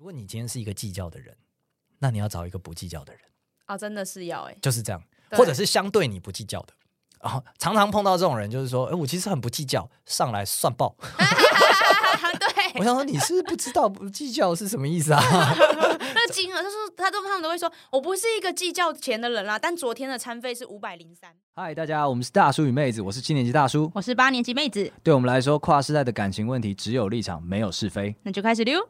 果你今天是一个计较的人，那你要找一个不计较的人啊，真的是要就是这样，或者是相对你不计较的。常常碰到这种人，就是说，我其实很不计较，上来算爆。 对， 我想说你是不知道不计较是什么意思啊？ 那金额就是他们都会说，我不是一个计较钱的人啦，但昨天的餐费是503。 嗨，大家，我们是大叔与妹子，我是7年级大叔， 我是8年级妹子。 对我们来说，跨世代的感情问题只有立场，没有是非。 那就开始溜。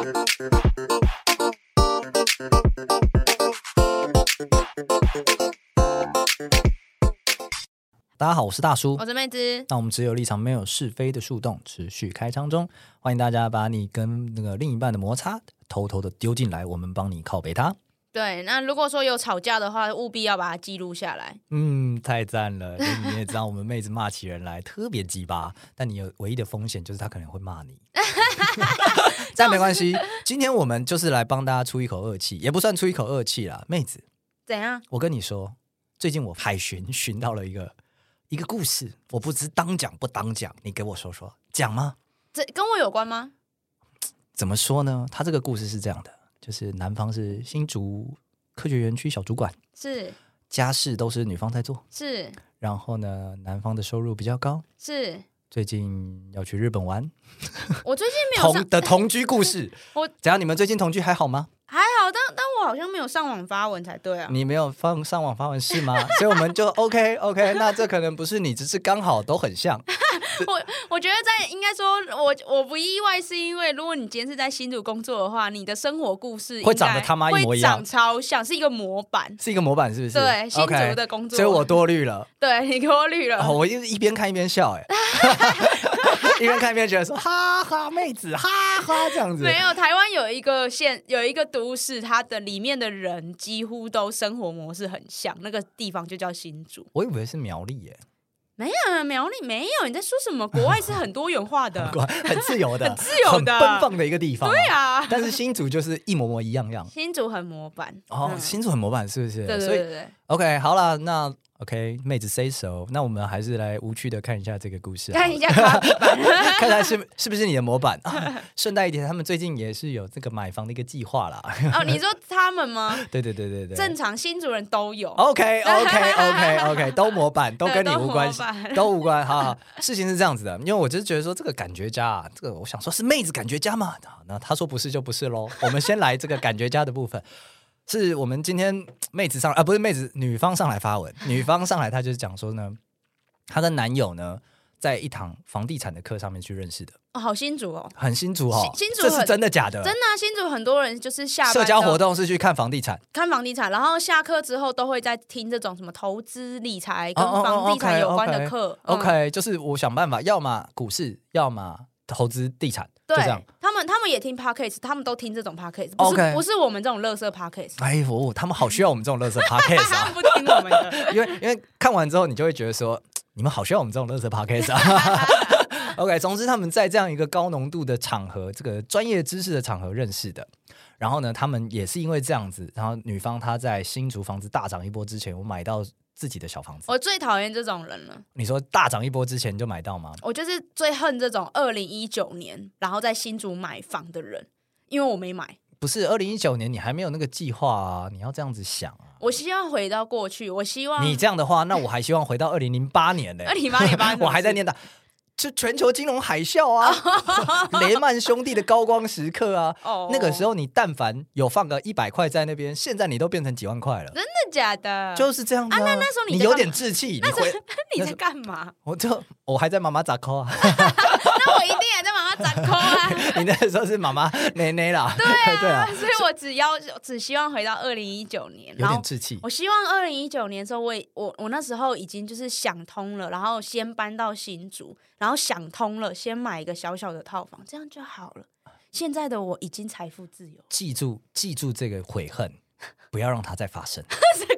大家好，我是大叔， 我是妹子。 那我们只有立场，没有是非的树洞持续开张中，欢迎大家把你跟那个另一半的摩擦偷偷的丢进来，我们帮你靠北它。 对，那如果说有吵架的话，务必要把它记录下来。 太赞了！你也知道，我们妹子骂起人来特别鸡巴，但你有唯一的风险就是她可能会骂你。但没关系，今天我们就是来帮大家出一口恶气，也不算出一口恶气啦。妹子， 怎样？ 我跟你说，最近我海巡到了一个故事，我不知当讲不当讲，你给我说说，讲吗？ 这跟我有关吗？ 怎么说呢？他这个故事是这样的，就是男方是新竹科学园区小主管， 是家事都是女方在做， 是， 然后呢，男方的收入比较高， 是。 最近要去日本玩， 我最近没有上同居故事。 我怎样？你们最近同居还好吗？ 还好，但我好像没有上网发文才对啊。 你没有上网发文是吗？所以我们就 OK， 那这可能不是你，只是刚好都很像。 我觉得应该说我不意外，是因为如果你今天是在新竹工作的话，你的生活故事会长得他妈一模一样， 会长超像，是一个模板， 是一个模板，是不是？ 对，新竹的工作， 所以我多虑了。 对，你多虑了。 我一边看一边笑，一边看一边觉得说哈哈妹子哈哈这样子。 没有，台湾有一个都市，它的里面的人几乎都生活模式很像，那个地方就叫新竹。 我以为是苗栗耶。 没有，苗栗没有，你在说什么？国外是很多元化的， 很自由的， 很自由的， 很奔放的一个地方。 对啊， 但是新竹就是一模一样。 新竹很模板新竹很模板是不是？ 对。 OK， 好了，那 OK， 妹子 say so， 那我们还是来无趣的看一下这个故事， 看一下卡比版， 看看是不是你的模板。顺带一点，他们最近也是有这个买房的一个计划啦。 你说他们吗？ 对， 正常新竹人都有。 OK， 都模板，都跟你无关系，都无关。好，事情是这样子的，因为我就是觉得说这个感觉家这个我想说是妹子感觉家嘛，那他说不是就不是咯。我们先来这个感觉家的部分。是我们今天妹子上不是妹子，女方上来发文，女方上来她就是讲说呢，她跟男友呢在一堂房地产的课上面去认识的。 好新竹哦， 很新竹哦， 新竹这是真的假的？ 真的啊，新竹很多人就是下班社交活动是去看房地产， 然后下课之后都会在听这种什么投资理财跟房地产有关的课。 OK， 就是我想办法，要么股市，要么投资地产。 对， 就这样。 他们也听 podcast， 他们都听这种 podcast， 不是我们这种垃圾 podcast。 哎呦，他们好需要我们这种垃圾 podcast 啊！ 他们不听我们的， 因为看完之后，你就会觉得说，你们好需要我们这种垃圾 podcast 啊。OK， 总之他们在这样一个高浓度的场合，这个专业知识的场合认识的。然后呢，他们也是因为这样子，然后女方她在新竹房子大涨一波之前，我买到自己的小房子。 我最讨厌这种人了。 你说大涨一波之前就买到吗？ 我就是最恨这种2019年然后在新竹买房的人，因为我没买。 不是2019年，你还没有那个计划啊！你要这样子想啊！ 我希望回到过去，我希望你这样的话，那我还希望回到2008年呢。 2008年我还在念的。就全球金融海啸啊，雷曼兄弟的高光时刻啊，那个时候你但凡有放个100块在那边，现在你都变成几万块了。 真的假的？ 就是这样子啊。 那时候你有点志气， 你在干嘛？ 我还在妈妈咋扣啊。 那我一定也在妈妈咋扣啊。 你那时候是妈妈奶奶啦。 对啊，所以我只希望回到2019年， 有点志气。 我希望2019年的时候，我那时候已经就是想通了，然后先搬到新竹。然后想通了，先买一个小小的套房，这样就好了。现在的我已经财富自由。 记住这个悔恨，不要让它再发生。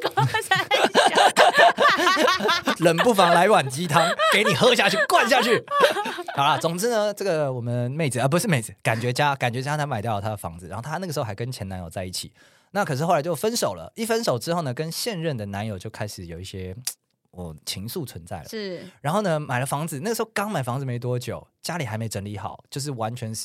冷不防来碗鸡汤，给你喝下去，灌下去。好啦，总之呢，这个我们妹子不是妹子，感觉家她买掉了她的房子，然后她那个时候还跟前男友在一起。那可是后来就分手了。一分手之后呢，跟现任的男友就开始有一些。情愫存在了， 是。 然后呢，买了房子，那个时候刚买房子没多久，家里还没整理好，就是完全是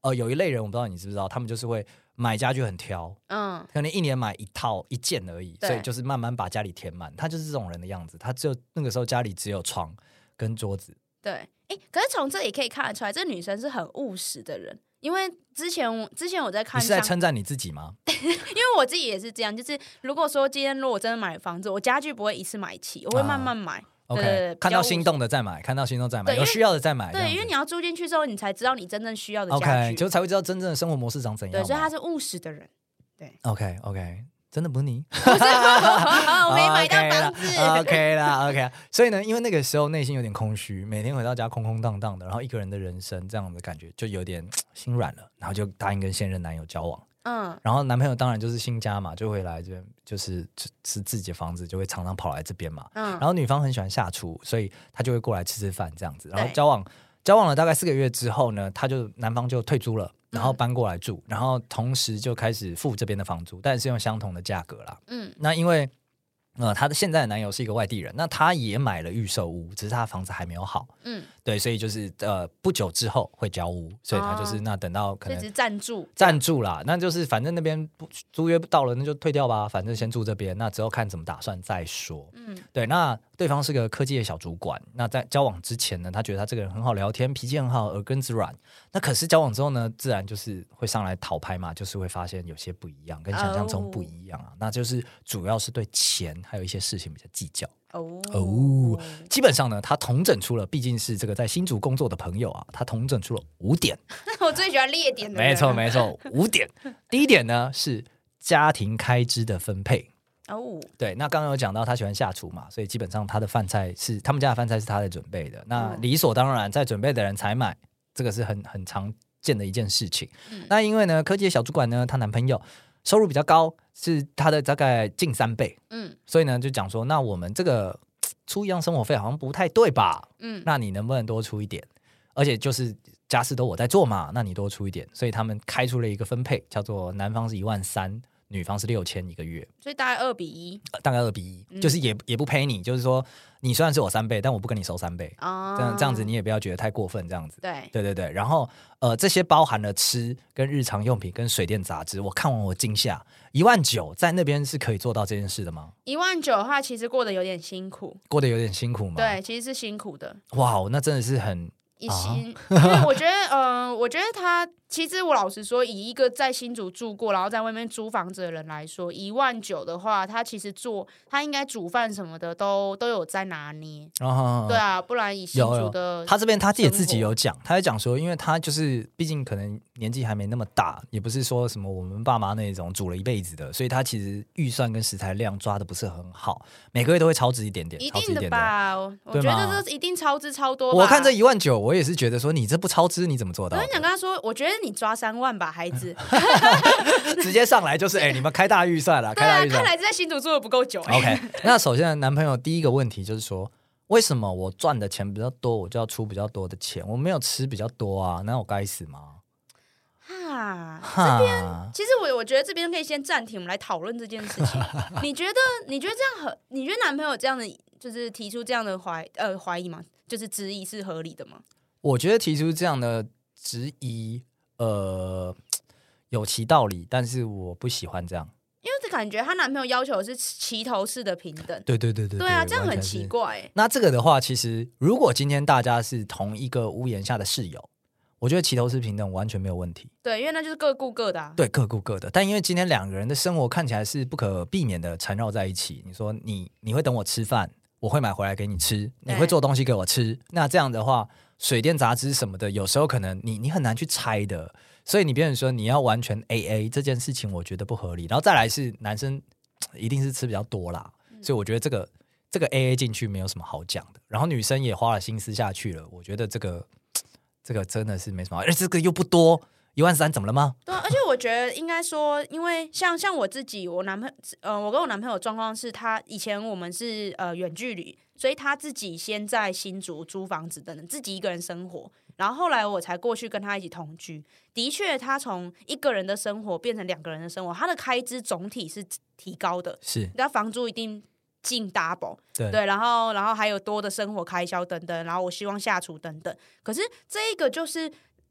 有一类人我不知道你知不知道，他们就是会买家具很挑，可能一年买一件而已，所以就是慢慢把家里填满。他就是这种人的样子，他就那个时候家里只有床跟桌子。 对，可是从这里可以看得出来，这女生是很务实的人。因为之前我在看， 你是在称赞你自己吗？ 因为我自己也是这样，就是如果说今天如果我真的买房子，我家具不会一次买齐，我会慢慢买。 OK， 看到心动的再买，看到心动再买，有需要的再买。 对，因为你要住进去之后，你才知道你真正需要的家具， 就才会知道真正的生活模式长怎样。 对，所以他是务实的人。对 ，OK， 真的不是你， 不是我没买到房子。 OK 啦，所以呢，因为那个时候内心有点空虚，每天回到家空空荡荡的，然后一个人的人生这样的感觉，就有点心软了，然后就答应跟现任男友交往。然后男朋友当然就是新家嘛，就会来这边，就是自己的房子，就会常常跑来这边嘛。然后女方很喜欢下厨，所以他就会过来吃饭这样子。然后交往了大概4个月之后呢，男方就退租了。然后搬过来住，然后同时就开始付这边的房租，但是用相同的价格啦。那因为她的现在的男友是一个外地人，那他也买了预售屋，只是他的房子还没有好。对，所以就是不久之后会交屋，所以他就是那等到可能就是暂住啦，那就是反正那边租约到了，那就退掉吧，反正先住这边，那之后看怎么打算再说。对，那对方是个科技的小主管，那在交往之前呢，他觉得他这个人很好聊天，脾气很好，耳根子软。那可是交往之后呢，自然就是会上来讨拍嘛，就是会发现有些不一样，跟想象中不一样啊。那就是主要是对钱还有一些事情比较计较。基本上呢，他统整出了，毕竟是这个在新竹工作的朋友啊，他统整出了5点。 我最喜欢列点的人。 没错，5点。第一点呢是家庭开支的分配。对，那刚刚有讲到他喜欢下厨嘛，所以基本上他们家的饭菜是他在准备的，那理所当然在准备的人才买，这个是很常见的一件事情。那因为呢，科技的小主管呢，她男朋友收入比较高，是他的大概近3倍，所以呢就讲说，那我们这个出一样生活费好像不太对吧？那你能不能多出一点？而且就是家事都我在做嘛，那你多出一点，所以他们开出了一个分配，叫做男方是13000，女方是6000一个月， 所以大概2比1， 大概2比1，就是也不赔你，就是说你虽然是我3倍，但我不跟你收3倍，这样子你也不要觉得太过分，这样子。对，然后这些包含了吃跟日常用品跟水电杂支，我看完我惊吓，19000在那边是可以做到这件事的吗 ？19000的话，其实过得有点辛苦吗？ 对，其实是辛苦的。 哇，那真的是很。 因为我觉得他其实我老实说，以一个在新竹住过，然后在外面租房子的人来说，19000的话，他其实他应该煮饭什么的都有在拿捏。对啊，不然以新竹的他这边他自己有讲，他在讲说，因为他就是毕竟可能年纪还没那么大，也不是说什么我们爸妈那种煮了一辈子的，所以他其实预算跟食材量抓的不是很好，每个月都会超支一点点， 一定的吧？我觉得这一定超支超多吧。 我看这19000，我也是觉得说你这不超支你怎么做到？ 我想跟他说，我觉得你抓3万吧，孩子， 直接上来就是你们开大预算了， 对啊，看来在新竹住的不够久。 OK， 那首先男朋友第一个问题就是说，为什么我赚的钱比较多，我就要出比较多的钱？我没有吃比较多啊，那我该死吗？ 这边其实我觉得这边可以先暂停，我们来讨论这件事情。你觉得这样你觉得男朋友这样的就是提出这样的怀疑吗？就是质疑是合理的吗？ 我觉得提出这样的质疑，有其道理，但是我不喜欢这样， 因为感觉她男朋友要求的是齐头式的平等。 对啊，这样很奇怪。 那这个的话，其实如果今天大家是同一个屋檐下的室友，我觉得齐头式平等完全没有问题。 对，因为那就是各顾各的啊。 对，各顾各的。但因为今天2个人的生活看起来是不可避免的缠绕在一起，你说你会等我吃饭，我会买回来给你吃，你会做东西给我吃，那这样的话，水电杂支什么的，有时候可能你很难去拆的，所以你变成说你要完全 AA 这件事情，我觉得不合理。然后再来是男生一定是吃比较多啦，所以我觉得这个 AA 进去没有什么好讲的。然后女生也花了心思下去了，我觉得这个真的是没什么好，而且这个又不多，13000怎么了吗？ 对啊，而且我觉得应该说，因为像我自己，我跟我男朋友状况是，他以前我们是远距离，所以他自己先在新竹租房子等等，自己一个人生活，然后后来我才过去跟他一起同居。的确，他从一个人的生活变成2个人的生活，他的开支总体是提高的， 是， 那房租一定进 double， 对， 然后还有多的生活开销等等，然后我希望下厨等等。可是这一个就是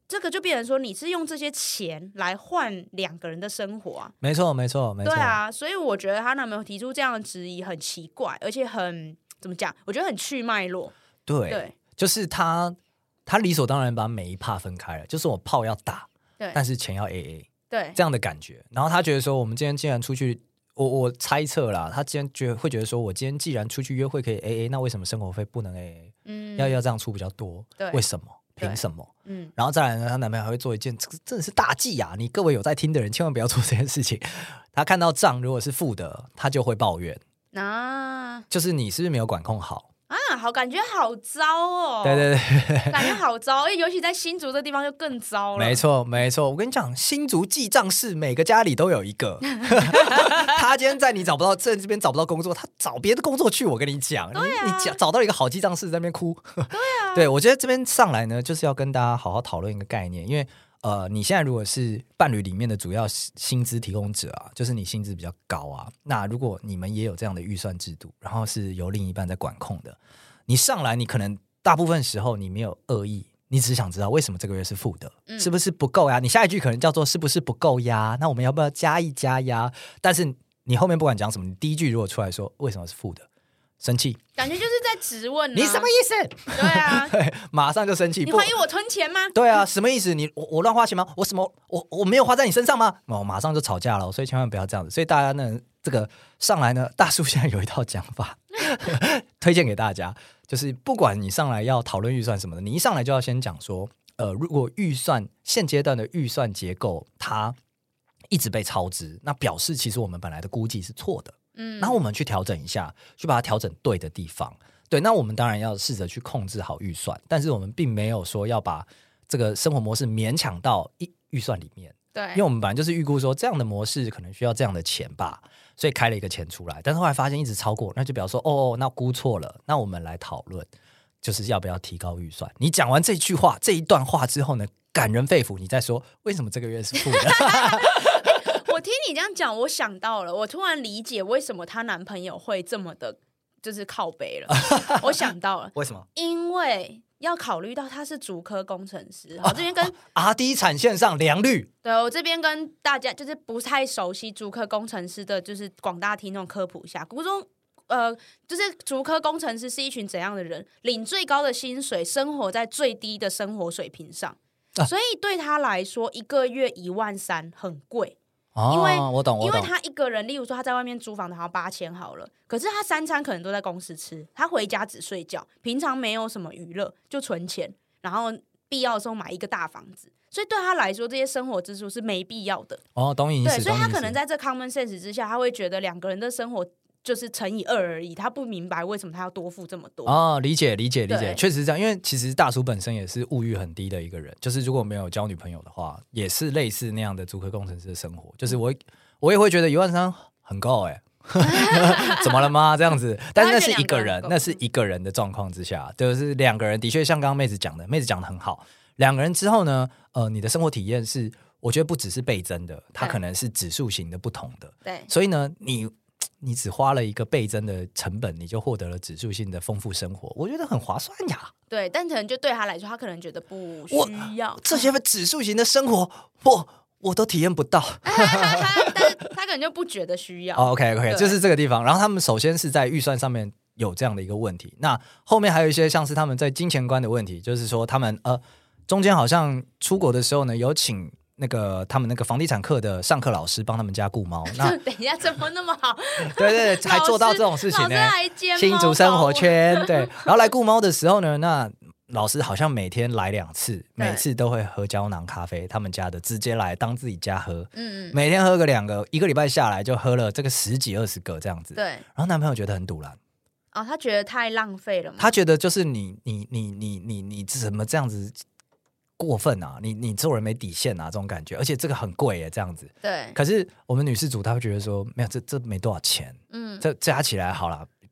这个就变成说你是用这些钱来换两个人的生活啊。 没错没错没错， 对啊，所以我觉得她男朋友提出这样的质疑很奇怪，而且很怎么讲？我觉得很去脉络。 对，就是他理所当然把每一 part 分开了，就是我炮要打， 对， 但是钱要 AA， 对， 这样的感觉。然后他觉得说，我们今天既然出去，我猜测啦，他今天会觉得说，我今天既然出去约会可以 AA， 那为什么生活费不能 AA？要这样出比较多，为什么？凭什么？然后再来呢，她男朋友还会做一件，这个真的是大忌啊！你各位有在听的人，千万不要做这件事情。他看到账如果是负的，他就会抱怨，就是你是不是没有管控好？ 好，感觉好糟哦。 对对对， 感觉好糟，尤其在新竹这地方就更糟了。 没错没错，我跟你讲，新竹记账室每个家里都有一个。他今天在你这边找不到工作，他找别的工作去。我跟你讲，你找到一个好记账室在那边哭。对啊，对，我觉得这边上来呢，就是要跟大家好好讨论一个概念，因为你现在如果是伴侣里面的主要薪资提供者啊，就是你薪资比较高啊，那如果你们也有这样的预算制度，然后是由另一半在管控的，你上来你可能大部分时候你没有恶意，你只想知道为什么这个月是负的，是不是不够呀？你下一句可能叫做是不是不够呀？那我们要不要加一加呀？但是你后面不管讲什么，你第一句如果出来说为什么是负的，生气， 感觉就是在质问你什么意思？ 对啊， 对，马上就生气。 你怀疑我吞钱吗？ 对啊，什么意思？我乱花钱吗？我没有花在你身上吗？马上就吵架了，所以千万不要这样子。所以大家呢，这个上来呢，大叔现在有一套讲法，推荐给大家，就是不管你上来要讨论预算什么的，你一上来就要先讲说，如果现阶段的预算结构它一直被超支，那表示其实我们本来的估计是错的。然后我们去调整一下，去把它调整对的地方。对，那我们当然要试着去控制好预算，但是我们并没有说要把这个生活模式勉强到预算里面。 对， 因为我们本来就是预估说这样的模式可能需要这样的钱吧，所以开了一个钱出来，但是后来发现一直超过，那就表示说那估错了，那我们来讨论就是要不要提高预算。你讲完这一段话之后呢，感人肺腑，你再说为什么这个月是负的。 我听你这样讲，我想到了，我突然理解为什么她男朋友会这么的，就是靠北了。我想到了， 为什么？ 因为要考虑到他是竹科工程师，我这边跟 RD 产线上良率， 对，我这边跟大家就是不太熟悉竹科工程师的，就是广大听众科普一下，就是竹科工程师是一群怎样的人，领最高的薪水，生活在最低的生活水平上，所以对他来说，一个月13000很贵。因为我懂， 因为他一个人，例如说他在外面租房子好像8000好了，可是他3餐可能都在公司吃，他回家只睡觉，平常没有什么娱乐，就存钱，然后必要的时候买一个大房子，所以对他来说这些生活支出是没必要的。 懂你意思。 对，所以他可能在这 common sense 之下，他会觉得两个人的生活就是乘以2而已，他不明白为什么他要多付这么多。理解， 确实是这样。因为其实大叔本身也是物欲很低的一个人，就是如果没有交女朋友的话，也是类似那样的竹科工程师的生活。就是我也会觉得13000很够怎么了吗？这样子，但是那是一个人的状况之下，就是两个人的确像刚刚妹子讲的很好。两个人之后呢，你的生活体验是，我觉得不只是倍增的，它可能是指数型的不同的。 对， 所以呢，你只花了一个倍增的成本，你就获得了指数性的丰富生活，我觉得很划算呀。 对，但可能就对他来说，他可能觉得不需要这些指数型的生活，我都体验不到。 但是他可能就不觉得需要。 OK， 就是这个地方。然后他们首先是在预算上面有这样的一个问题，那后面还有一些像是他们在金钱观的问题，就是说他们中间好像出国的时候呢，有请他们那个房地产课的上课老师帮他们家顾猫。那等一下怎么那么好？ 对，还做到这种事情呢。新竹生活圈，对。然后来顾猫的时候呢，那老师好像每天来2次，每次都会喝胶囊咖啡，他们家的直接来当自己家喝。每天喝个2个，一个礼拜下来就喝了这个10几20个这样子。 对。 然后男朋友觉得很堵然。 他觉得太浪费了吗？ 他觉得就是你怎么这样子过分啊，你做人没底线啊，这种感觉，而且这个很贵耶，这样子。 对。 可是我们女事主她会觉得说，没有，这没多少钱，这加起来好了，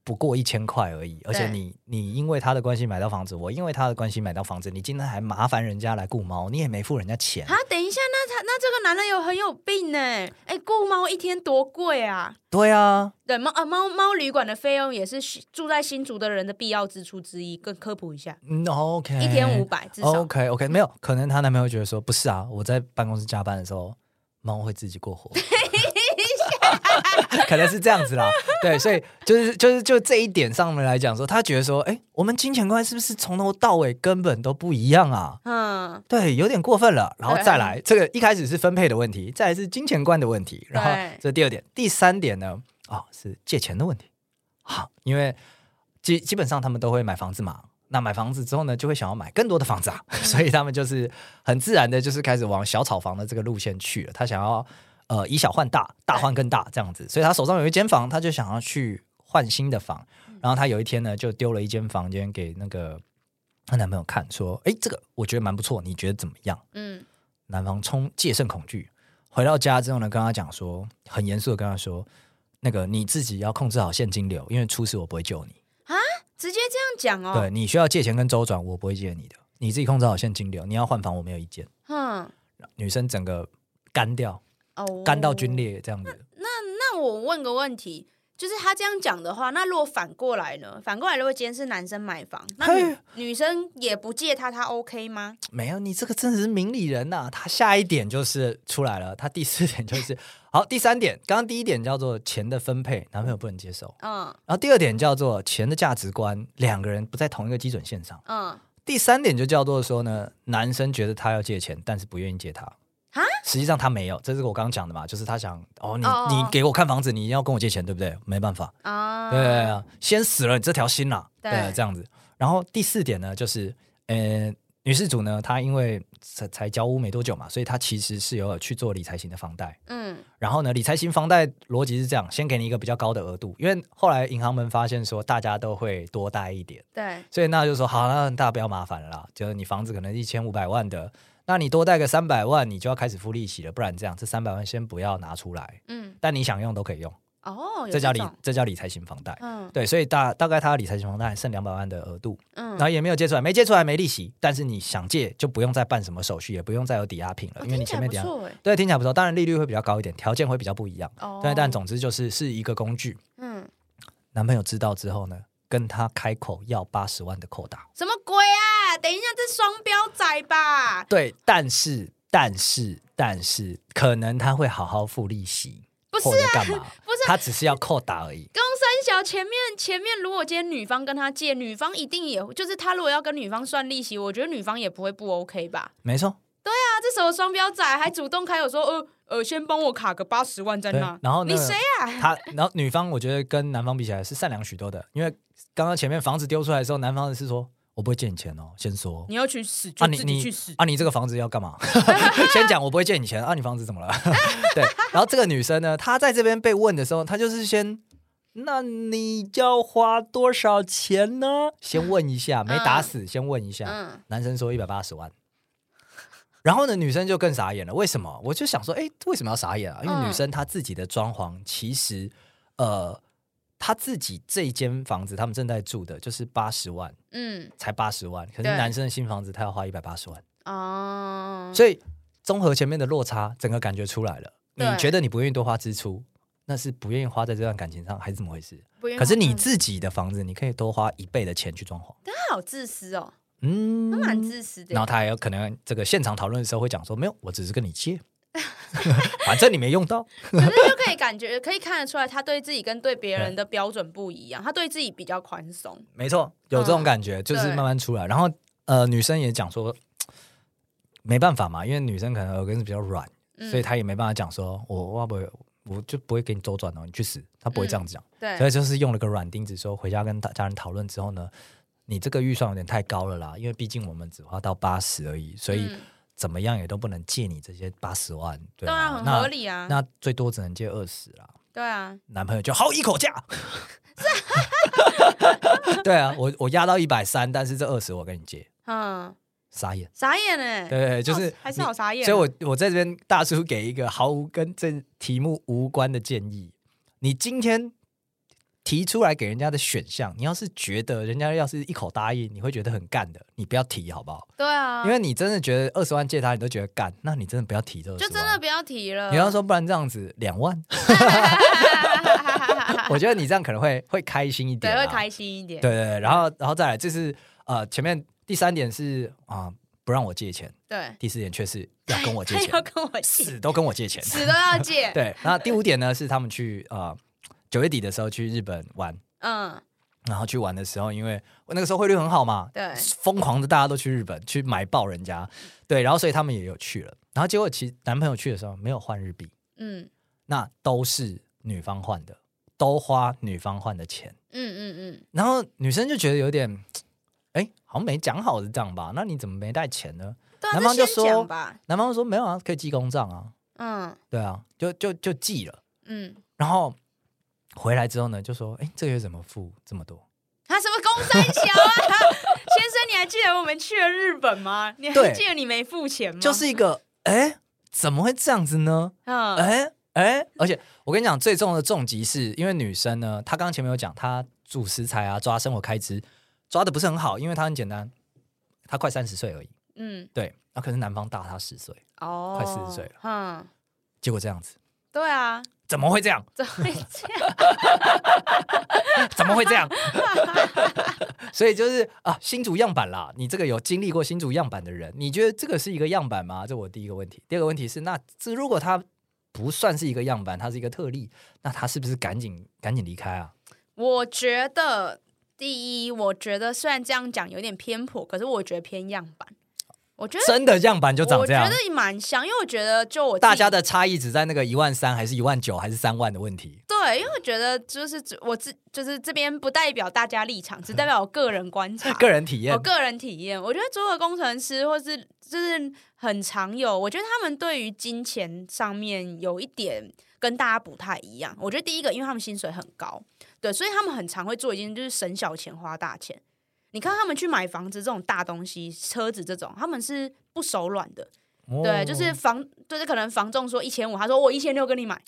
不过1000块而已，而且你因为他的关系买到房子，我因为他的关系买到房子，你今天还麻烦人家来雇猫，你也没付人家钱啊。等一下，那这个男人很有病呢！雇猫一天多贵啊！ 对啊， 对猫旅馆的费用也是住在新竹的人的必要支出之一，跟科普一下。 OK， 一天500至少。 OK， 没有，可能她男朋友觉得说不是啊，我在办公室加班的时候，猫会自己过活。可能是这样子啦，对，所以就这一点上面来讲说，他觉得说，我们金钱观是不是从头到尾根本都不一样啊？对，有点过分了。然后再来，这个一开始是分配的问题，再来是金钱观的问题，然后这第2点，第3点呢，是借钱的问题。好，因为基本上他们都会买房子嘛，那买房子之后呢，就会想要买更多的房子啊，所以他们就是很自然的，就是开始往小炒房的这个路线去了。他想要以小换大，大换更大这样子，所以他手上有一间房，他就想要去换新的房。然后他有一天呢，就丢了一间房间给那个她男朋友看，说：“这个我觉得蛮不错，你觉得怎么样？”男方戒慎恐惧，回到家之后呢，跟他讲说，很严肃的跟他说：“那个你自己要控制好现金流，因为出事我不会救你啊！”直接这样讲哦？ 对，你需要借钱跟周转，我不会借你的，你自己控制好现金流。你要换房，我没有意见。女生整个干掉。干到皲裂这样子。 那我问个问题，就是他这样讲的话，那如果反过来呢？反过来如果今天是男生买房，那女生也不借他 OK 吗？ 没有，你这个真的是明理人呐。他下一点就是出来了，他第4点就是好，第3点，刚刚第1点叫做钱的分配，男朋友不能接受。然后第2点叫做钱的价值观，2个人不在同一个基准线上。第3点就叫做说呢，男生觉得他要借钱，但是不愿意借他。实际上他没有，这是我刚刚讲的嘛，就是他想你给我看房子，你要跟我借钱，对不对？没办法对，先死了你这条心啦，对，这样子。然后第4点呢，就是女事主呢，她因为才交屋没多久嘛，所以她其实是有去做理财型的房贷。然后呢，理财型房贷逻辑是这样，先给你一个比较高的额度，因为后来银行们发现说大家都会多贷一点， 对， 所以那就说好，那大家不要麻烦了啦，就是你房子可能1500万的。那你多贷个300万，你就要开始付利息了，不然这样这300万先不要拿出来，但你想用都可以用。这叫理财型房贷。对，所以大概他理财型房贷剩200万的额度，然后也没有借出来，没借出来没利息，但是你想借就不用再办什么手续，也不用再有抵押品了，因为你前面抵押，对，听起来不错，当然利率会比较高一点，条件会比较不一样，对，但总之是一个工具。男朋友知道之后呢，跟他开口要80万的扣打， 什么鬼啊？等一下，这双标仔吧？ 对，但是可能他会好好付利息， 不是干嘛？ 不是， 他只是要扣打而已。 公三小前面，如果今天女方跟他借，女方一定也就是他如果要跟女方算利息，我觉得女方也不会不 OK 吧？ 没错。 对啊，这时候双标仔还主动开口说，先帮我卡个80万在那。 然后你谁啊？ 然后女方我觉得跟男方比起来是善良许多的，因为刚刚前面房子丢出来的时候，男方是说我不会借你钱哦，先说你要去死就自己去死你这个房子要干嘛？先讲我不会借你钱你房子怎么了？对，然后这个女生呢，她在这边被问的时候，她就是先，那你要花多少钱呢？先问一下，没打死，先问一下。男生说180万。然后呢，女生就更傻眼了。为什么？我就想说，为什么要傻眼啊？因为女生她自己的装潢，其实，她自己这一间房子，他们正在住的，就是80万，才80万。可是男生的新房子，他要花180万。所以综合前面的落差，整个感觉出来了。你觉得你不愿意多花支出，那是不愿意花在这段感情上，还是怎么回事？可是你自己的房子，你可以多花1倍的钱去装潢。 他好自私哦。他蛮自私的。 然后他还有可能这个现场讨论的时候会讲说，没有，我只是跟你借，反正你没用到。 可是就可以看得出来，他对自己跟对别人的标准不一样，他对自己比较宽松。 没错，有这种感觉，就是慢慢出来。然后女生也讲说，没办法嘛，因为女生可能耳根子比较软，所以她也没办法讲说，我就不会给你周转哦，你去死。她不会这样讲，所以就是用了个软钉子，说回家跟家人讨论之后呢。你这个预算有点太高了啦，因为毕竟我们只花到80而已，所以怎么样也都不能借你这些80万，对啊， 很合理啊。 那最多只能借20啦。 对啊， 男朋友就好一口价。对啊，我压到130，但是这20我跟你借。傻眼欸。 对，就是还是好傻眼。 所以我在这边大叔给一个毫无跟这题目无关的建议，你今天提出来给人家的选项，你要是觉得人家要是一口答应，你会觉得很干的，你不要提好不好？ 对啊， 因为你真的觉得20万借他，你都觉得干，那你真的不要提这20万， 就真的不要提了。 你要说不然这样子2万，我觉得你这样可能会开心一点， 对，会开心一点。 对对对，然后再来，这是前面第3点是不让我借钱， 对， 第4点却是要跟我借钱， 要跟我借， 死都跟我借钱， 死都要借。 对，然后第5点呢是他们去9月底的时候去日本玩，然后去玩的时候，因为我那个时候汇率很好嘛， 对， 疯狂的大家都去日本去买爆人家，对，然后所以他们也有去了，然后结果其实男朋友去的时候没有换日币，那都是女方换的，都花女方换的钱，然后女生就觉得有点，好像没讲好是这样吧？那你怎么没带钱呢？男方就说，男方说没有啊，可以记公账啊，对啊，就记了，然后回来之后呢，就说，这个月怎么付这么多？ 他什么公三小啊？先生，你还记得我们去了日本吗？你还记得你没付钱吗？ 就是一个，怎么会这样子呢？而且我跟你讲，最重的重击是因为女生呢，她刚刚前面有讲，她煮食材啊，抓生活开支抓的不是很好，因为她很简单，她快30岁而已，对，可是男方大她10岁，快40岁了，结果这样子， 对啊， 怎么会这样？ 怎么会这样？ 怎么会这样？所以就是新竹样板啦，你这个有经历过新竹样板的人，你觉得这个是一个样板吗？这我第一个问题。第二个问题是，那这如果他不算是一个样板，它是一个特例，那他是不是赶紧离开啊？ 我觉得第一，我觉得虽然这样讲有点偏颇，可是我觉得偏样板。我觉得真的样板就长这样， 我觉得蛮像，因为我觉得就我大家的差异只在那个13000还是19000还是3万的问题。 对，因为我觉得就是就是这边不代表大家立场，只代表我个人观察、 个人体验。 我个人体验，我觉得所有工程师或是就是很常有，我觉得他们对于金钱上面有一点跟大家不太一样。我觉得第一个，因为他们薪水很高，对，所以他们很常会做一件就是省小钱花大钱。你看他们去买房子这种大东西，车子这种，他们是不手软的。对，就是就是可能房仲说1500，他说我1600跟你买，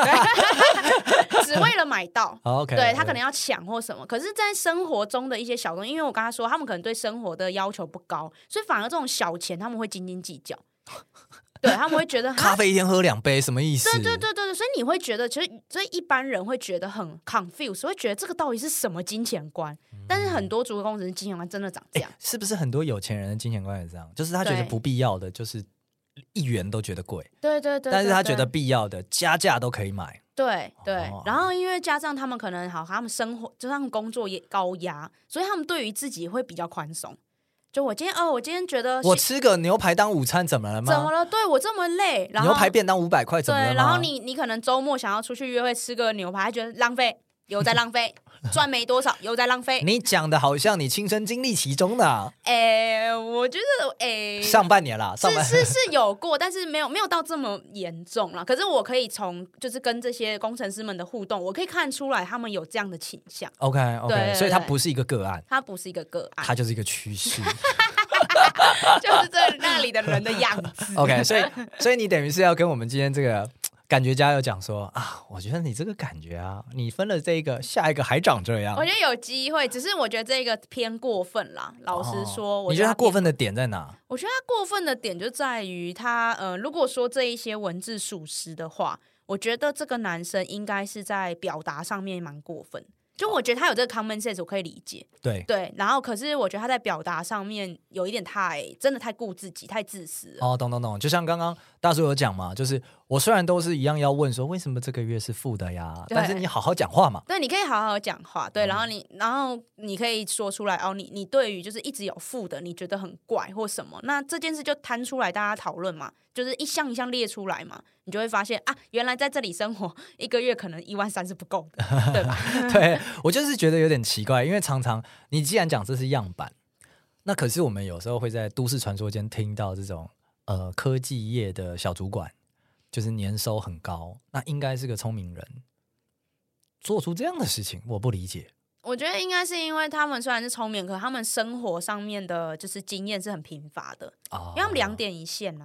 只为了买到。对，他可能要抢或什么。可是，在生活中的一些小东西，因为我刚才说，他们可能对生活的要求不高，所以反而这种小钱他们会斤斤计较。对，他们会觉得咖啡一天喝2杯什么意思？ 对，所以你会觉得，其实所以一般人会觉得很 confused， 会觉得这个到底是什么金钱观？但是很多竹科工程师金钱观真的长这样， 是不是很多有钱人的金钱观也这样？就是他觉得不必要的，就是1元都觉得贵， 对， 但是他觉得必要的加价都可以买。 对，然后因为加上他们可能他们生活就他们工作也高压，所以他们对于自己会比较宽松。就我今天觉得我吃个牛排当午餐怎么了吗？ 怎么了？对，我这么累，然后牛排便当500块怎么了吗？ 对，然后你可能周末想要出去约会吃个牛排，还觉得浪费，有在浪费，赚没多少，有在浪费。 你讲的好像你亲身经历其中的。 我觉得上半年啦， 是有过，但是没有到这么严重啦。可是我可以从就是跟这些工程师们的互动，我可以看出来他们有这样的倾向。 OK， 所以它不是一个个案， 它不是一个个案， 它就是一个趋势。 就是那里的人的样子。 OK， 所以你等于是要跟我们今天这个感觉家有讲说我觉得你这个感觉你分了这个，下一个还长这样。 我觉得有机会，只是我觉得这个偏过分啦。老实说， 你觉得他过分的点在哪？ 我觉得他过分的点就在于他如果说这一些文字属实的话，我觉得这个男生应该是在表达上面蛮过分。就我觉得他有这个 common sense， 我可以理解。对，然后可是我觉得他在表达上面有一点真的太顾自己，太自私了。 懂。就像刚刚大叔有讲嘛，就是我虽然都是一样要问说为什么这个月是负的呀，但是你好好讲话嘛。 对，你可以好好讲话。对，然后你可以说出来你对于就是一直有负的，你觉得很怪或什么，那这件事就摊出来大家讨论嘛，就是一项一项列出来嘛，你就会发现原来在这里生活一个月可能13000是不够的，对吧？ 对，我就是觉得有点奇怪，因为常常你既然讲这是样板，那可是我们有时候会在都市传说间听到这种科技业的小主管，就是年收很高，那应该是个聪明人，做出这样的事情，我不理解。 我觉得应该是因为他们虽然是聪明，可他们生活上面的就是经验是很贫乏的，因为他们2点一线啊。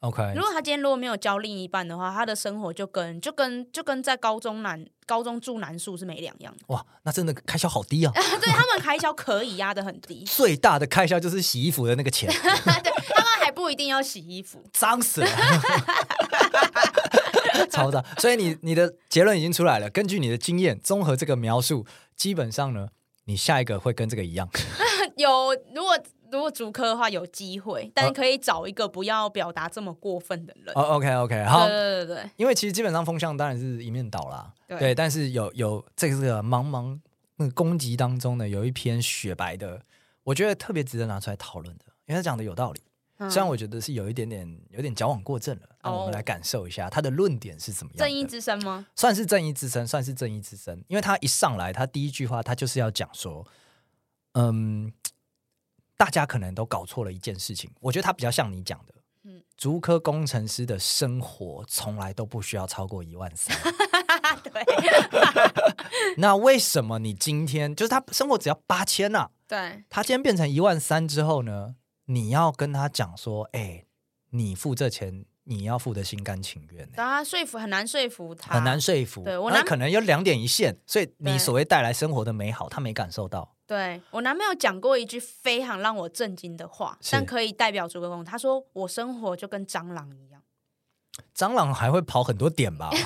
OK， 如果他今天如果没有交另一半的话，他的生活就跟在高中住男宿是没两样的。 哇，那真的开销好低啊！ 对，他们开销可以压得很低， 最大的开销就是洗衣服的那个钱， 对，他们还不一定要洗衣服， 脏死了。超大，所以你的结论已经出来了。根据你的经验，综合这个描述，基本上呢，你下一个会跟这个一样。 如果竹科的话有机会，但可以找一个不要表达这么过分的人。 OK， 好， 对， 因为其实基本上风向当然是一面倒啦，对，但是有这个茫茫那个攻击当中呢，有一篇雪白的，我觉得特别值得拿出来讨论的，因为他讲的有道理。虽然我觉得是有点矫枉过正了，那我们来感受一下他的论点是怎么样的。 正义之声吗？ 算是正义之声，因为他一上来，他第一句话他就是要讲说，大家可能都搞错了一件事情，我觉得他比较像你讲的，竹科工程师的生活从来都不需要超过13000。 对， 那为什么你今天就是他生活只要8000啊？ 对， 他今天变成13000之后呢？你要跟他讲说，你付这钱，你要付的心甘情愿。 他很难说服他， 很难说服。 对， 那可能有2点一线，所以你所谓带来生活的美好，他没感受到。 对，我男朋友讲过一句非常让我震惊的话，但可以代表竹科工。他说：“我生活就跟蟑螂一样。” 蟑螂还会跑很多点吧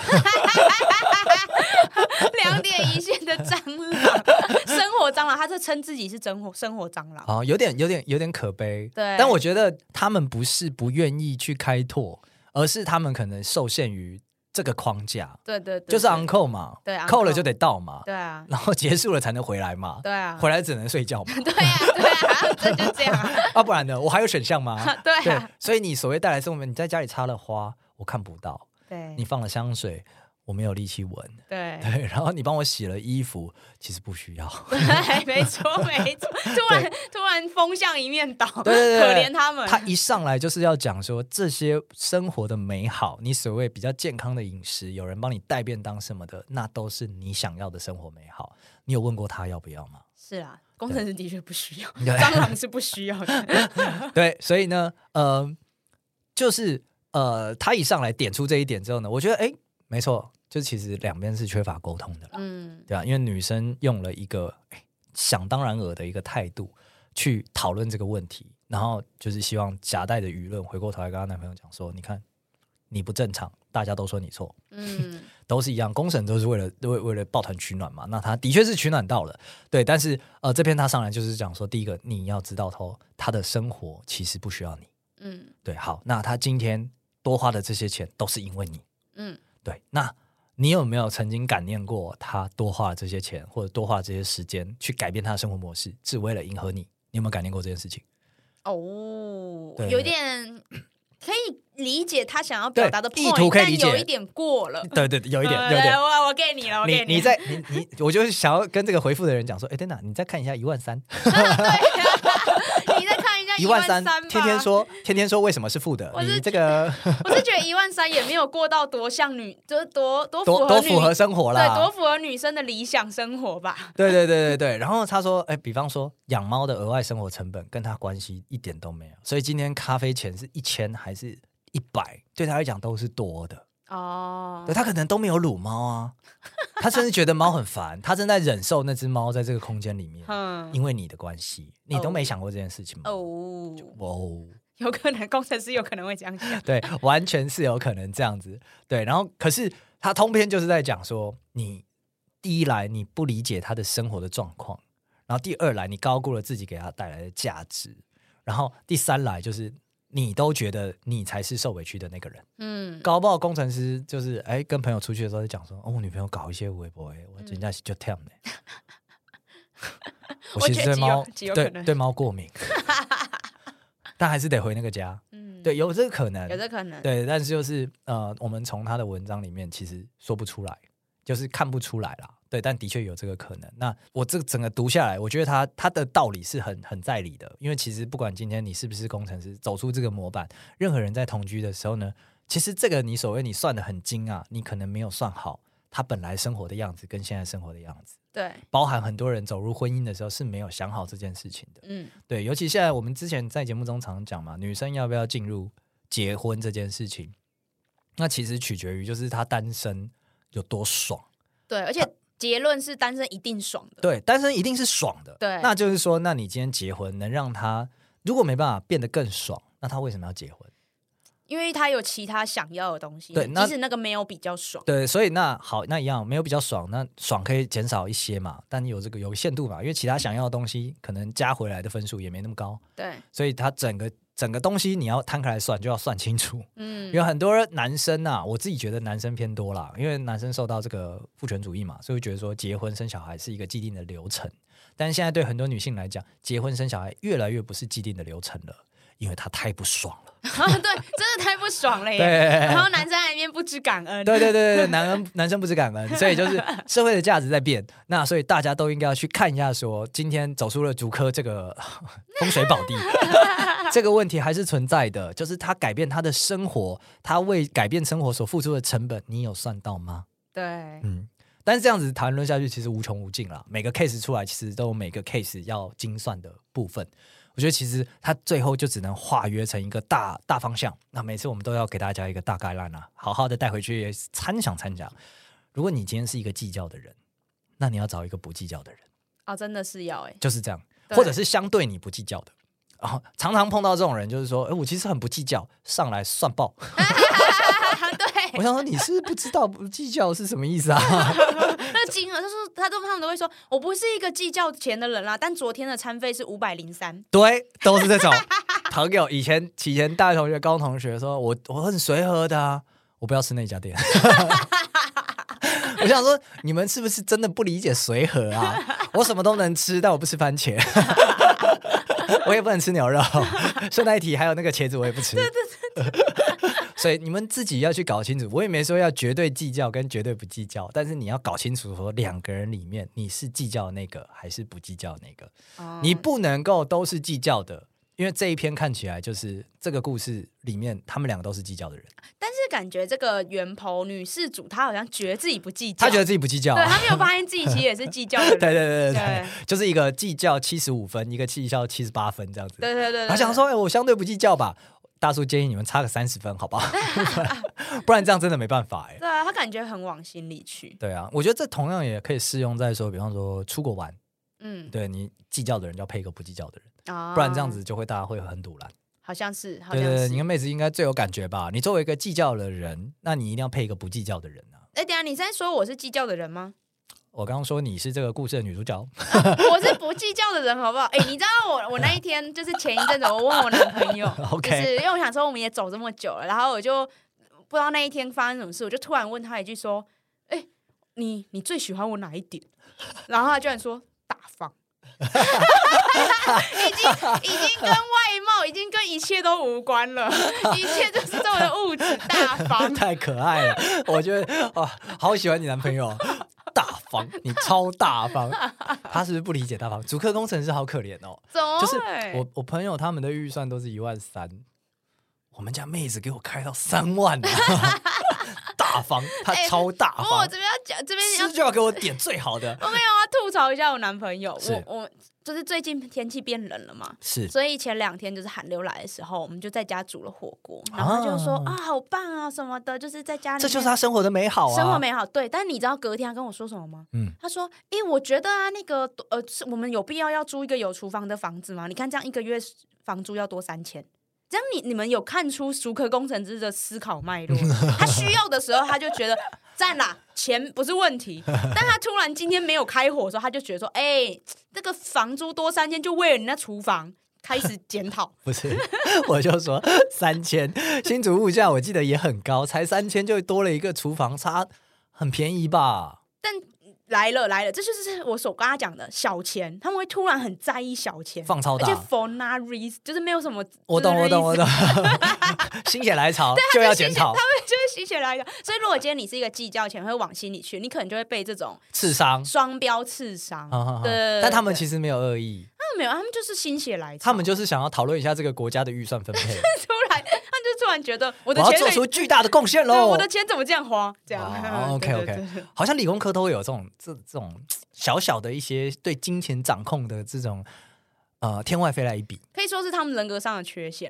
？2点一线的蟑螂，生活蟑螂，他是称自己是生活蟑螂。 有点可悲。 对， 但我觉得他们不是不愿意去开拓，而是他们可能受限于这个框架。 对， 就是 on call 嘛， 对， 扣了就得到嘛， 对啊， 然后结束了才能回来嘛， 对啊， 回来只能睡觉嘛， 对啊，这就这样啊，不然呢？我还有选项吗？ 对啊， 所以你所谓带来生活，你在家里插了花，我看不到， 对， 你放了香水，我没有力气闻， 对， 然后你帮我洗了衣服，其实不需要， 对，没错，突然风向一面倒， 对， 可怜他们。 他一上来就是要讲说这些生活的美好，你所谓比较健康的饮食，有人帮你带便当什么的，那都是你想要的生活美好。你有问过他要不要吗？ 是啊，工程师的确不需要，蟑螂是不需要的。 对，所以呢，就是他一上来点出这一点之后呢，我觉得没错，就其实两边是缺乏沟通的啦，对啊，因为女生用了一个想当然尔的一个态度去讨论这个问题，然后就是希望夹带的舆论回过头来跟她男朋友讲说，你看你不正常，大家都说你错，都是一样，公审都是为了抱团取暖嘛，那他的确是取暖到了，对，但是这篇他上来就是讲说，第一个你要知道他的生活其实不需要你，对，好，那他今天多花的这些钱都是因为你，对，那你有没有曾经感念过他多花了这些钱或者多花了这些时间去改变他的生活模式，只为了迎合你？你有没有感念过这件事情？ 有点可以理解他想要表达的 point， 意图可以理解， 但有一点过了。 对，有一点。 我给你了， 你我就是想要跟这个回复的人讲说，等等，你再看一下13000。 你再看一下 13000吧。天天说为什么是负的？你这个我是觉得13000也没有过到多像就是多符合生活啦， 对，多符合女生的理想生活吧。 对。然后他说，比方说养猫的额外生活成本跟他关系一点都没有，所以今天咖啡钱是1000还是100，对他来讲都是多的。对，他可能都没有撸猫啊，他甚至觉得猫很烦，他正在忍受那只猫在这个空间里面，因为你的关系，你都没想过这件事情吗？有可能工程师有可能会这样想， 对，完全是有可能这样子，对。然后可是他通篇就是在讲说，你第一来你不理解他的生活的状况，然后第二来你高估了自己给他带来的价值，然后第三来就是你都觉得你才是受委屈的那个人。搞不好工程师就是跟朋友出去的时候就讲说，我女朋友搞一些微博，我人家就跳呢。我其实对猫过敏，但还是得回那个家。对，有这个可能，对，但是就是我们从他的文章里面其实说不出来，就是看不出来啦。对，但的确有这个可能。那我这整个读下来，我觉得他的道理是很在理的，因为其实不管今天你是不是工程师，走出这个模板，任何人在同居的时候呢，其实这个你所谓你算得很精啊，你可能没有算好他本来生活的样子跟现在生活的样子。 对， 包含很多人走入婚姻的时候是没有想好这件事情的。对，尤其现在我们之前在节目中常讲嘛，女生要不要进入结婚这件事情，那其实取决于就是他单身有多爽。 对，而且结论是单身一定爽的。 对，单身一定是爽的。 对， 那就是说，那你今天结婚能让他如果没办法变得更爽，那他为什么要结婚？ 因为他有其他想要的东西， 对， 即使那个没有比较爽。 对，所以那好，那一样没有比较爽，那爽可以减少一些嘛，但你有这个有限度嘛，因为其他想要的东西可能加回来的分数也没那么高。 对， 所以他整个东西你要摊开来算，就要算清楚。有很多男生啊，我自己觉得男生偏多啦，因为男生受到这个父权主义嘛，所以觉得说结婚生小孩是一个既定的流程。但是现在对很多女性来讲，结婚生小孩越来越不是既定的流程了，因为他太不爽了。 对，真的太不爽了耶。然后男生在那边不知感恩。 对，男生不知感恩，所以就是社会的价值在变。那所以大家都应该要去看一下说，今天走出了竹科这个风水宝地，这个问题还是存在的，就是他改变他的生活，他为改变生活所付出的成本，你有算到吗？ 对， 但是这样子谈论下去，其实无穷无尽啦。每个 case 出来，其实都有每个 case 要精算的部分。我觉得其实它最后就只能化约成一个大方向。那每次我们都要给大家一个大概览啊，好好的带回去参详。如果你今天是一个计较的人，那你要找一个不计较的人。 真的是要就是这样，或者是相对你不计较的。常常碰到这种人，就是说，我其实很不计较，上来算爆。 对， 我想说，你是不知道不计较是什么意思啊？ 那金额就是他们都会说，我不是一个计较钱的人啦，但昨天的餐费是503。 对，都是这种朋友。以前大学同学、高中同学说，我很随和的啊，我不要吃那家店。我想说，你们是不是真的不理解随和啊？我什么都能吃，但我不吃番茄。我也不能吃牛肉，顺带一提，还有那个茄子我也不吃。对。所以你们自己要去搞清楚，我也没说要绝对计较跟绝对不计较，但是你要搞清楚说两个人里面你是计较的那个还是不计较的那个。你不能够都是计较的，因为这一篇看起来就是这个故事里面他们两个都是计较的人。 但是感觉这个原 po 女事主她好像觉得自己不计较， 她觉得自己不计较， 对，她没有发现自己其实也是计较的人。 对，就是一个计较75分，一个计较78分这样子。 对， 她想说，我相对不计较吧。大叔建议你们差个30分，好不好？不然这样真的没办法。 对啊，他感觉很往心里去。 对啊，我觉得这同样也可以适用在说，比方说出国玩，对你计较的人就要配一个不计较的人，不然这样子就会大家会很堵拦。 好像是， 对，你跟妹子应该最有感觉吧？你作为一个计较的人，那你一定要配一个不计较的人啊。 等一下，你在说我是计较的人吗？ 我刚刚说你是这个故事的女主角， 我是不计较的人，好不好？你知道我那一天就是前一阵子，我问我男朋友，就是因为我想说我们也走这么久了，然后我就不知道那一天发生什么事，我就突然问他一句说：“你最喜欢我哪一点？”然后他居然说大方。已经跟外貌，已经跟一切都无关了，一切就是这么的物质大方， 太可爱了。我觉得好喜欢你男朋友，大方，你超大方。他是不是不理解大方？主科工程师好可怜哦。就是我朋友他们的预算都是13000，我们家妹子给我开到3万。大方，他超大方。 我这边要讲，这边吃就要给我点最好的。 我没有要吐槽一下我男朋友，我就是最近天气变冷了嘛， 是， 所以前2天就是寒流来的时候，我们就在家煮了火锅，然后他就说好棒啊什么的，就是在家里， 这就是他生活的美好啊， 生活美好。对，但你知道隔天他跟我说什么吗？他说我觉得啊那个我们有必要租一个有厨房的房子吗？你看这样1个月房租要多3000。这样你们有看出竹科工程师的思考脉络？他需要的时候他就觉得赞啦，钱不是问题，但他突然今天没有开火的时候，他就觉得说，这个房租多3000就为了你那厨房开始检讨。 不是，我就说3000，新竹物价我记得也很高，才3000就多了一个厨房，差很便宜吧？ 但来了，这就是我所跟他讲的小钱，他们会突然很在意小钱， 放超大， 而且 for no reason， 就是没有什么。 我懂。心血来潮就要检讨， 他们就是心血来潮。所以如果今天你是一个计较钱会往心里去，你可能就会被这种刺伤、 双标刺伤。对， 但他们其实没有恶意， 他们没有，他们就是心血来潮， 他们就是想要讨论一下这个国家的预算分配。 突然觉得我的钱我要做出巨大的贡献喽， 我的钱怎么这样花？这样。 OK， 好像理工科都会有这种小小的一些对金钱掌控的这种天外飞来一笔， 可以说是他们人格上的缺陷了。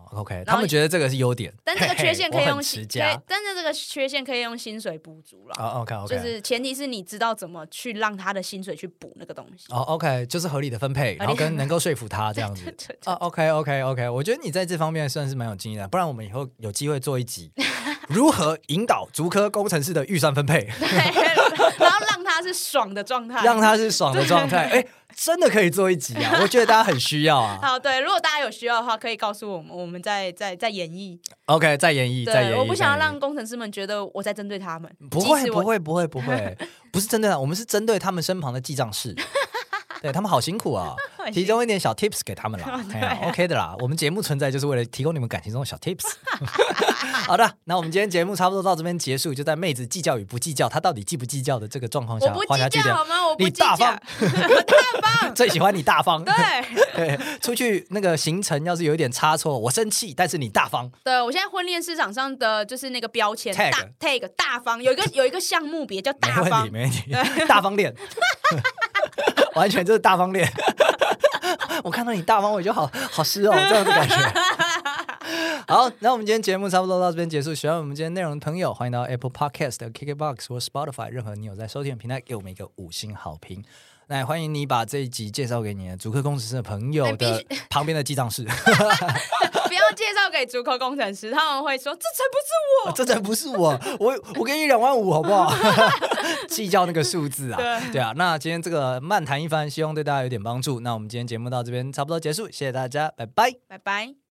OK， 他们觉得这个是优点， 但这个缺陷可以用但是这个缺陷可以用薪水补足了。 OK， 就是前提是你知道怎么去让他的薪水去补那个东西。 OK， 就是合理的分配，然后跟能够说服他这样子。OK， 我觉得你在这方面算是蛮有经验的，不然我们以后有机会做一集如何引导竹科工程师的预算分配， 对，然后让他是爽的状态， 让他是爽的状态。真的可以做一集啊！我觉得大家很需要啊。 好，对，如果大家有需要的话，可以告诉我们，我们再演绎。 OK， 再演绎， 对，我不想要让工程师们觉得我在针对他们。 不会，不是针对他，我们是针对他们身旁的记账室。对，他们好辛苦啊，提供一点小 tips 给他们啦。OK 的啦，我们节目存在就是为了提供你们感情中的小 tips。好的，那我们今天节目差不多到这边结束，就在妹子计较与不计较，她到底计不计较的这个状况下， 我不计较好吗？我不计较， 你大方， 大方， 最喜欢你大方。 对， 出去那个行程要是有一点差错，我生气，但是你大方。 对，我现在婚恋市场上的就是那个标签 tag 大方，有一个项目别叫大方， 没问题，大方恋。完全就是大方恋。我看到你大方我就好湿哦，这样的感觉。好，那我们今天节目差不多到这边结束。喜欢我们今天内容的朋友，欢迎到 Apple Podcast、KKBOX 或 Spotify 任何你有在收听的平台给我们一个5星好评。那也欢迎你把这一集介绍给你的竹科工程师的朋友的旁边的记账室。 不要介绍给竹科工程师，他们会说这才不是我， 这才不是我给你2万5好不好？计较那个数字啊，对啊。那今天这个漫谈一番，希望对大家有点帮助。那我们今天节目到这边差不多结束，谢谢大家，拜拜， 拜拜。